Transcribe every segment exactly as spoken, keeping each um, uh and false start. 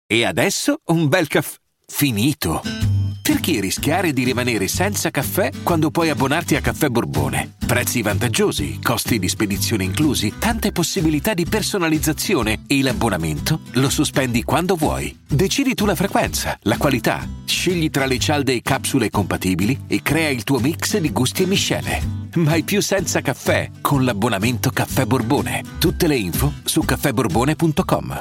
E adesso un bel caffè finito. Perché rischiare di rimanere senza caffè quando puoi abbonarti a Caffè Borbone? Prezzi vantaggiosi, costi di spedizione inclusi, tante possibilità di personalizzazione e l'abbonamento lo sospendi quando vuoi. Decidi tu la frequenza, la qualità, scegli tra le cialde e capsule compatibili e crea il tuo mix di gusti e miscele. Mai più senza caffè con l'abbonamento Caffè Borbone. Tutte le info su caffè borbone punto com.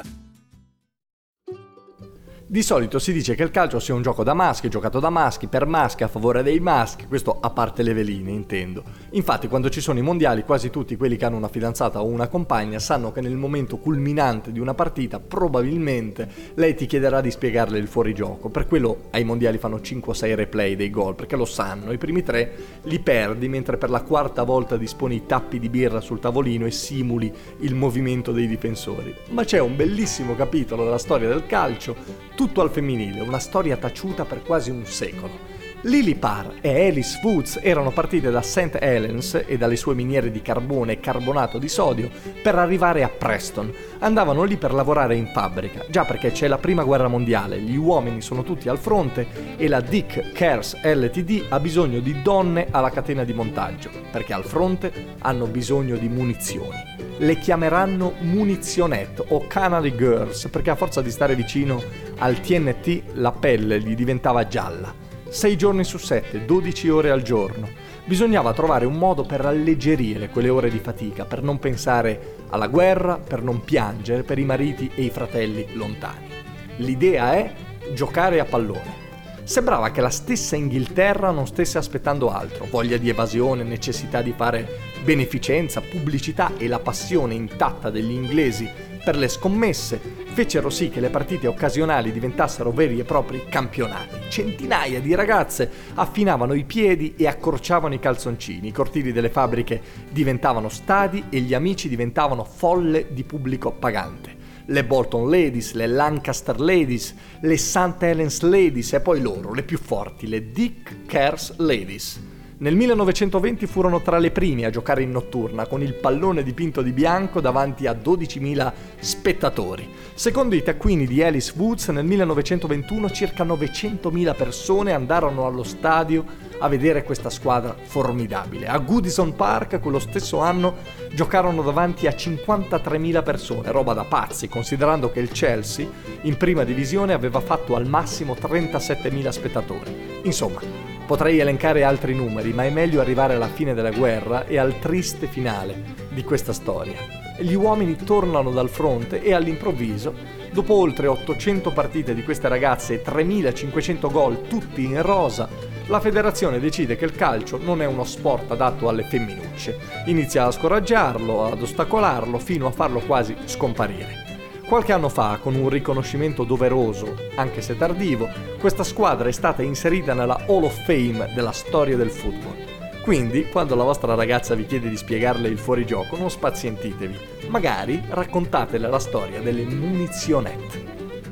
Di solito si dice che il calcio sia un gioco da maschi, giocato da maschi, per maschi, a favore dei maschi, questo a parte le veline, intendo. Infatti quando ci sono i mondiali quasi tutti quelli che hanno una fidanzata o una compagna sanno che nel momento culminante di una partita probabilmente lei ti chiederà di spiegarle il fuorigioco. Per quello ai mondiali fanno cinque o sei replay dei gol, perché lo sanno, i primi tre li perdi mentre per la quarta volta disponi i tappi di birra sul tavolino e simuli il movimento dei difensori. Ma c'è un bellissimo capitolo della storia del calcio tutto al femminile, una storia taciuta per quasi un secolo. Lily Parr e Alice Woods erano partite da Saint Helens e dalle sue miniere di carbone e carbonato di sodio per arrivare a Preston. Andavano lì per lavorare in fabbrica, già perché c'è la prima guerra mondiale, gli uomini sono tutti al fronte e la Dick Cares L T D ha bisogno di donne alla catena di montaggio, perché al fronte hanno bisogno di munizioni. Le chiameranno munizionette o canary girls perché a forza di stare vicino al T N T la pelle gli diventava gialla. Sei giorni su sette, dodici ore al giorno. Bisognava trovare un modo per alleggerire quelle ore di fatica, per non pensare alla guerra, per non piangere per i mariti e i fratelli lontani. L'idea è giocare a pallone. Sembrava che la stessa Inghilterra non stesse aspettando altro, voglia di evasione, necessità di fare beneficenza, pubblicità e la passione intatta degli inglesi per le scommesse fecero sì che le partite occasionali diventassero veri e propri campionati. Centinaia di ragazze affinavano i piedi e accorciavano i calzoncini, i cortili delle fabbriche diventavano stadi e gli amici diventavano folle di pubblico pagante. Le Bolton Ladies, le Lancaster Ladies, le Saint Helens Ladies e poi loro, le più forti, le Dick Cares Ladies. Nel millenovecentoventi furono tra le prime a giocare in notturna con il pallone dipinto di bianco davanti a dodicimila spettatori. Secondo i taccuini di Alice Woods, nel millenovecentoventuno circa novecentomila persone andarono allo stadio a vedere questa squadra formidabile. A Goodison Park, quello stesso anno, giocarono davanti a cinquantatremila persone, roba da pazzi, considerando che il Chelsea in prima divisione aveva fatto al massimo trentasettemila spettatori. Insomma, potrei elencare altri numeri, ma è meglio arrivare alla fine della guerra e al triste finale di questa storia. Gli uomini tornano dal fronte e all'improvviso, dopo oltre ottocento partite di queste ragazze e tremilacinquecento gol tutti in rosa, la federazione decide che il calcio non è uno sport adatto alle femminucce. Inizia a scoraggiarlo, ad ostacolarlo, fino a farlo quasi scomparire. Qualche anno fa, con un riconoscimento doveroso, anche se tardivo, questa squadra è stata inserita nella Hall of Fame della storia del football. Quindi, quando la vostra ragazza vi chiede di spiegarle il fuorigioco, non spazientitevi. Magari raccontatele la storia delle munizionette.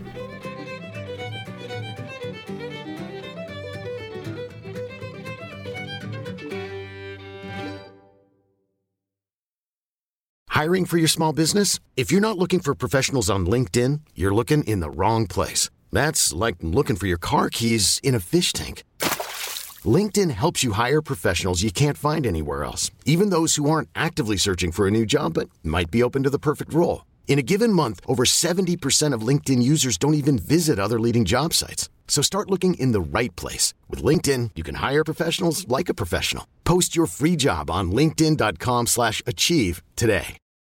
Hiring for your small business? If you're not looking for professionals on LinkedIn, you're looking in the wrong place. That's like looking for your car keys in a fish tank. LinkedIn helps you hire professionals you can't find anywhere else, even those who aren't actively searching for a new job but might be open to the perfect role. In a given month, over seventy percent of LinkedIn users don't even visit other leading job sites. So start looking in the right place. With LinkedIn, you can hire professionals like a professional. Post your free job on linkedin dot com slash achieve today.